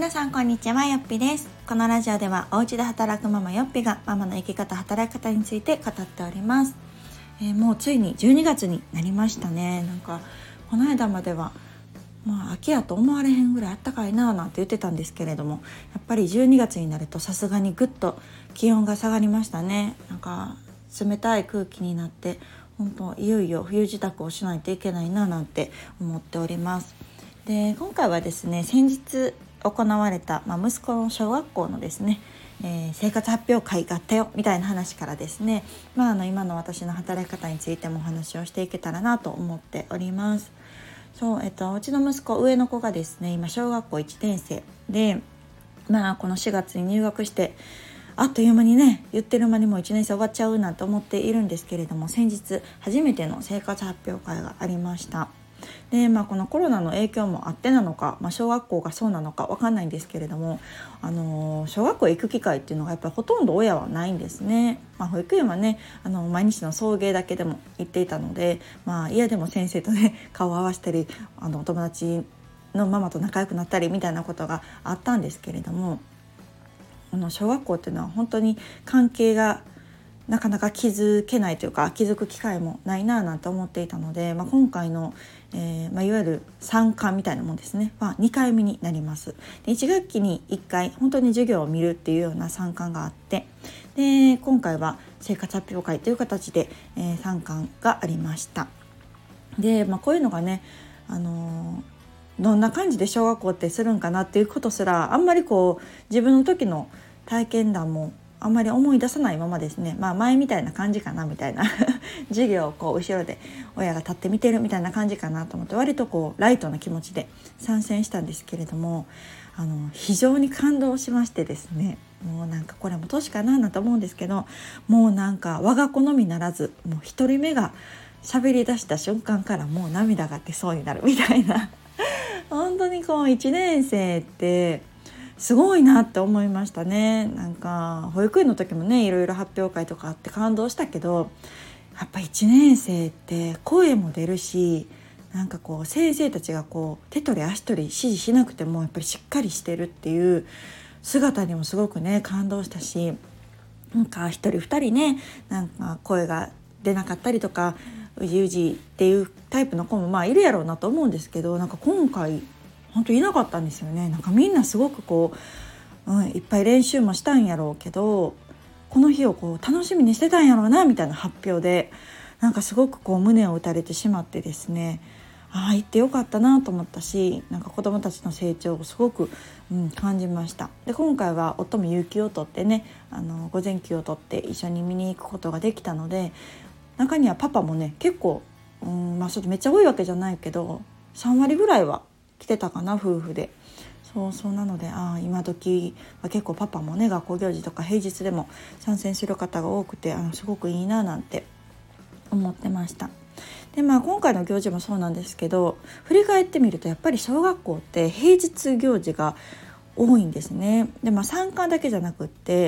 皆さんこんにちは、よっぴです。このラジオではお家で働くママよっぴがママの生き方、働き方について語っております。もうついに12月になりましたね。なんかこの間までは秋やと思われへんぐらいあったかいななんて言ってたんですけれども、やっぱり12月になるとさすがにぐっと気温が下がりましたね。なんか冷たい空気になって、本当いよいよ冬支度をしないといけないななんて思っております。で、今回はですね、先日行われた、息子の小学校のですね、生活発表会があったよみたいな話からですね、今の私の働き方についてもお話をしていけたらなと思っております。そう、うちの息子、上の子がですね、今小学校1年生で、この4月に入学してあっという間にね、言ってる間にもう1年生終わっちゃうなんて思っているんですけれども、先日初めての生活発表会がありました。で、このコロナの影響もあってなのか、小学校がそうなのか分かんないんですけれども、小学校へ行く機会っていうのがやっぱりほとんど親はないんですね。保育園はね、毎日の送迎だけでも行っていたので、家でも先生とね顔を合わせたり、お友達のママと仲良くなったりみたいなことがあったんですけれども、小学校っていうのは本当に関係がなかなか気づけないというか、気づく機会もないななんて思っていたので、今回の、いわゆる参観みたいなもんですね、2回目になります。で、1学期に1回本当に授業を見るっていうような参観があって、で今回は生活発表会という形で、参観がありました。で、こういうのがね、どんな感じで小学校ってするんかなっていうことすらあんまり自分の時の体験談もあんまり思い出さないままですね、前みたいな感じかなみたいな授業を後ろで親が立って見てるみたいな感じかなと思って、割とライトな気持ちで参戦したんですけれども、非常に感動しましてですね、もうなんかこれも年かななんて思うんですけど、もうなんか我が子のみならず、もう一人目が喋り出した瞬間からもう涙が出そうになるみたいな本当に1年生ってすごいなって思いましたね。なんか保育園の時もね、いろいろ発表会とかあって感動したけど、やっぱ1年生って声も出るし、なんか先生たちが手取り足取り指示しなくてもやっぱりしっかりしてるっていう姿にもすごくね感動したし、なんか一人二人ね、なんか声が出なかったりとかうじうじっていうタイプの子もいるやろうなと思うんですけど、なんか今回本当いなかったんですよね。なんかみんなすごくいっぱい練習もしたんやろうけど、この日を楽しみにしてたんやろうなみたいな発表で、なんかすごく胸を打たれてしまってですね、行ってよかったなと思ったし、なんか子どもたちの成長をすごく、感じました。で、今回は夫も有給を取ってね、午前休を取って一緒に見に行くことができたので、中にはパパもね結構、ちょっとめっちゃ多いわけじゃないけど3割ぐらいは来てたかな、夫婦で。そうなので、今時は結構パパもね学校行事とか平日でも参戦する方が多くて、すごくいいななんて思ってました。で、今回の行事もそうなんですけど、振り返ってみるとやっぱり小学校って平日行事が多いんですね。で、参観だけじゃなくって、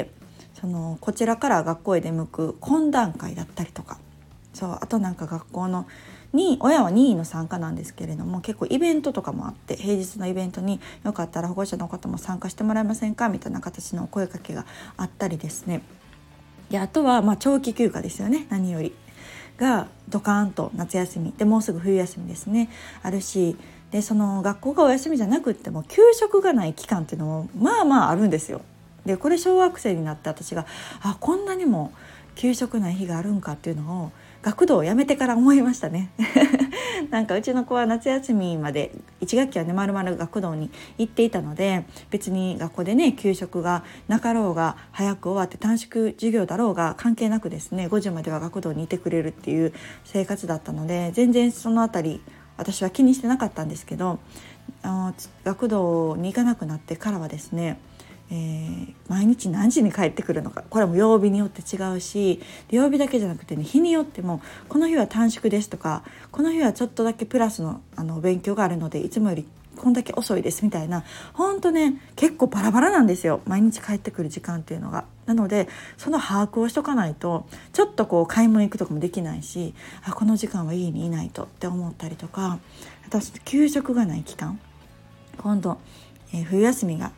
こちらから学校へ出向く懇談会だったりとか、あとなんか学校の親は任意の参加なんですけれども、結構イベントとかもあって、平日のイベントによかったら保護者の方も参加してもらえませんかみたいな形のお声かけがあったりですね。で、あとは長期休暇ですよね、何よりがドカーンと夏休みで、もうすぐ冬休みですねあるし、でその学校がお休みじゃなくっても給食がない期間っていうのもあるんですよ。で、これ小学生になって私がこんなにも給食ない日があるんかっていうのを学童を辞めてから思いましたねなんかうちの子は夏休みまで1学期はね丸々学童に行っていたので、別に学校でね給食がなかろうが早く終わって短縮授業だろうが関係なくですね、5時までは学童にいてくれるっていう生活だったので、全然そのあたり私は気にしてなかったんですけど、学童に行かなくなってからはですね、毎日何時に帰ってくるのか、これも曜日によって違うし、曜日だけじゃなくてね、日によってもこの日は短縮ですとか、この日はちょっとだけプラスの勉強があるのでいつもよりこんだけ遅いですみたいな、ほんとね結構バラバラなんですよ、毎日帰ってくる時間っていうのが。なのでその把握をしとかないと、ちょっと買い物行くとかもできないし、この時間は家にいないとって思ったりとか、あと給食がない期間、今度、冬休みが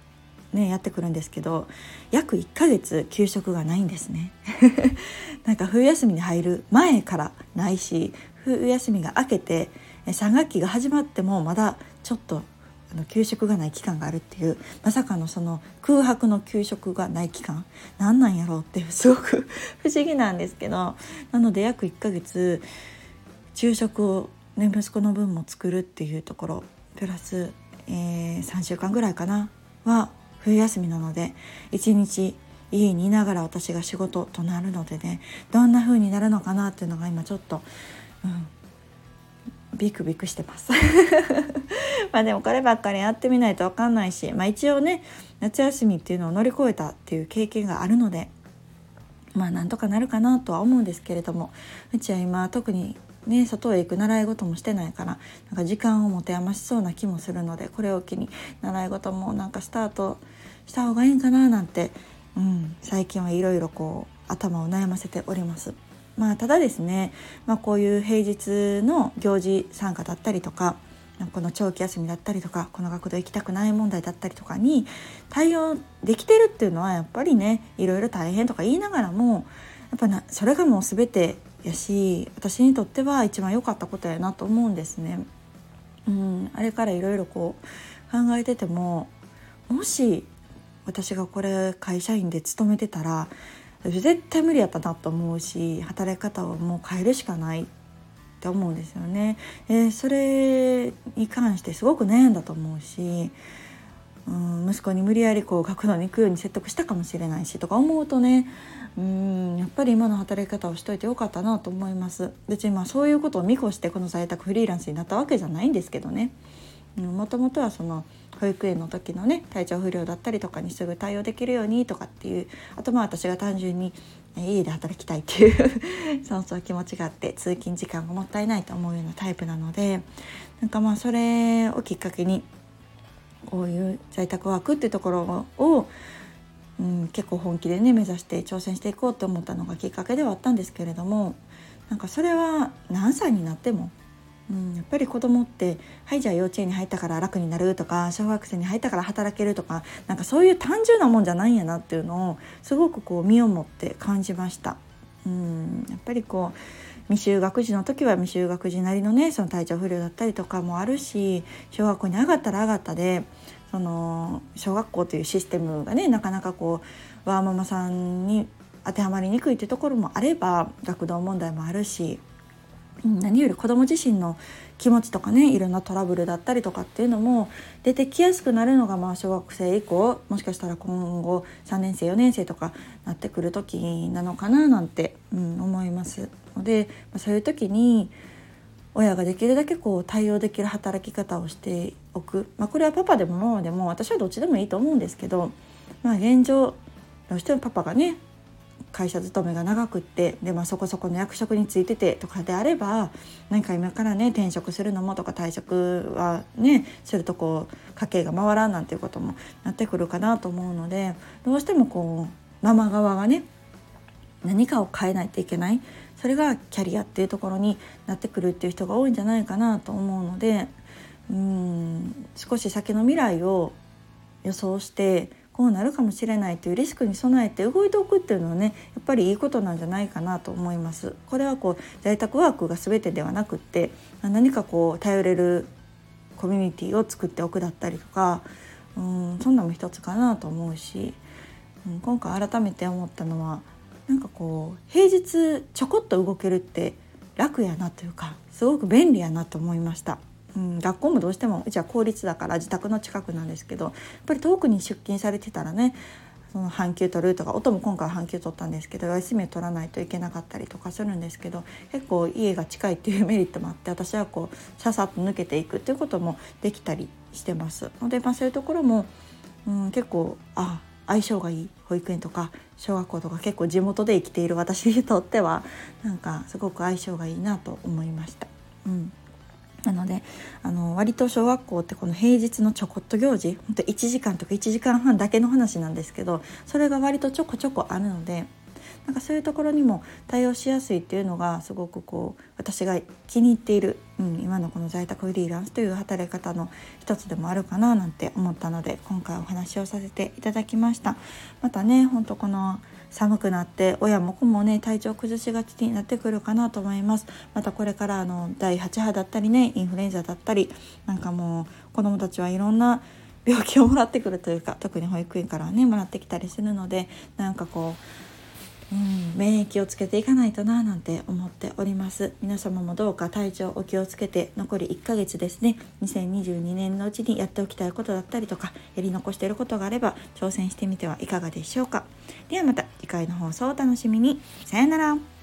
やってくるんですけど、約1ヶ月給食がないんですねなんか冬休みに入る前からないし、冬休みが明けて3学期が始まってもまだちょっと給食がない期間があるっていう、まさかのその空白の給食がない期間なんなんやろうっていうすごく不思議なんですけど、なので約1ヶ月昼食を、息子の分も作るっていうところプラス、3週間ぐらいかなは冬休みなので、1日家にいながら私が仕事となるのでね、どんな風になるのかなっていうのが今ちょっと、ビクビクしてますまあでもこればっかりやってみないと分かんないし、一応ね夏休みっていうのを乗り越えたっていう経験があるので、なんとかなるかなとは思うんですけれども、うちは今特にね外へ行く習い事もしてないから、なんか時間を持て余しそうな気もするので、これを機に習い事もなんかスタートした方がいいんかななんて、最近はいろいろ頭を悩ませております。ただですね、こういう平日の行事参加だったりとか、この長期休みだったりとか、この学童行きたくない問題だったりとかに対応できてるっていうのはやっぱりね、いろいろ大変とか言いながらもやっぱそれがもう全てやし、私にとっては一番良かったことやなと思うんですね。あれからいろいろ考えてても、もし私がこれ会社員で勤めてたら絶対無理やったなと思うし、働き方をもう変えるしかないって思うんですよね。それに関してすごく悩んだと思うし、息子に無理やり学童に行くように説得したかもしれないしとか思うとね、やっぱり今の働き方をしといてよかったなと思います。別にそういうことを見越してこの在宅フリーランスになったわけじゃないんですけどね。もともとはその保育園の時のね体調不良だったりとかにすぐ対応できるようにとかっていう、あと私が単純に家で働きたいっていうそう気持ちがあって、通勤時間がもったいないと思うようなタイプなので、それをきっかけにこういう在宅ワークっていうところを、結構本気でね目指して挑戦していこうと思ったのがきっかけではあったんですけれども、それは何歳になってもやっぱり子供ってじゃあ幼稚園に入ったから楽になるとか、小学生に入ったから働けるとか、そういう単純なもんじゃないんやなっていうのをすごく身をもって感じました。やっぱり未就学児の時は未就学児なりのねその体調不良だったりとかもあるし、小学校に上がったら上がったでその小学校というシステムがねなかなかワーママさんに当てはまりにくいというところもあれば、学童問題もあるし、何より子ども自身の気持ちとかね、いろんなトラブルだったりとかっていうのも出てきやすくなるのが小学生以降、もしかしたら今後3年生4年生とかなってくる時なのかななんて、思いますので、そういう時に親ができるだけ対応できる働き方をしておく、これはパパでもママでも私はどっちでもいいと思うんですけど、現状どうしてもパパがね会社勤めが長くってで、そこそこの役職についててとかであれば、何か今からね転職するのもとか退職はねすると家計が回らんなんていうこともなってくるかなと思うので、どうしてもママ側がね何かを変えないといけない、それがキャリアっていうところになってくるっていう人が多いんじゃないかなと思うので、少し先の未来を予想してこうなるかもしれないというリスクに備えて動いておくっていうのはねやっぱりいいことなんじゃないかなと思います。これは在宅ワークが全てではなくって、何か頼れるコミュニティを作っておくだったりとか、そんなも一つかなと思うし、今回改めて思ったのは平日ちょこっと動けるって楽やなというか、すごく便利やなと思いました。学校もどうしてもうちは公立だから自宅の近くなんですけど、やっぱり遠くに出勤されてたらね、その半休取るとか、音も今回は半休取ったんですけど休みを取らないといけなかったりとかするんですけど、結構家が近いっていうメリットもあって、私はささっと抜けていくっていうこともできたりしてますので、そういうところも、結構相性がいい保育園とか小学校とか、結構地元で生きている私にとってはすごく相性がいいなと思いました。なので割と小学校ってこの平日のちょこっと行事、本当1時間とか1時間半だけの話なんですけど、それが割とちょこちょこあるので、 なんかそういうところにも対応しやすいっていうのがすごく私が気に入っている、今のこの在宅フリーランスという働き方の一つでもあるかななんて思ったので、今回お話をさせていただきました。またね、本当この寒くなって親も子もね体調崩しがちになってくるかなと思います。またこれから第8波だったりね、インフルエンザだったり、なんかもう子どもたちはいろんな病気をもらってくるというか、特に保育園からはねもらってきたりするので、なんか免疫をつけていかないとななんて思っております。皆様もどうか体調お気をつけて、残り1ヶ月ですね、2022年のうちにやっておきたいことだったりとか、やり残していることがあれば挑戦してみてはいかがでしょうか。ではまた次回の放送をお楽しみに。さよなら。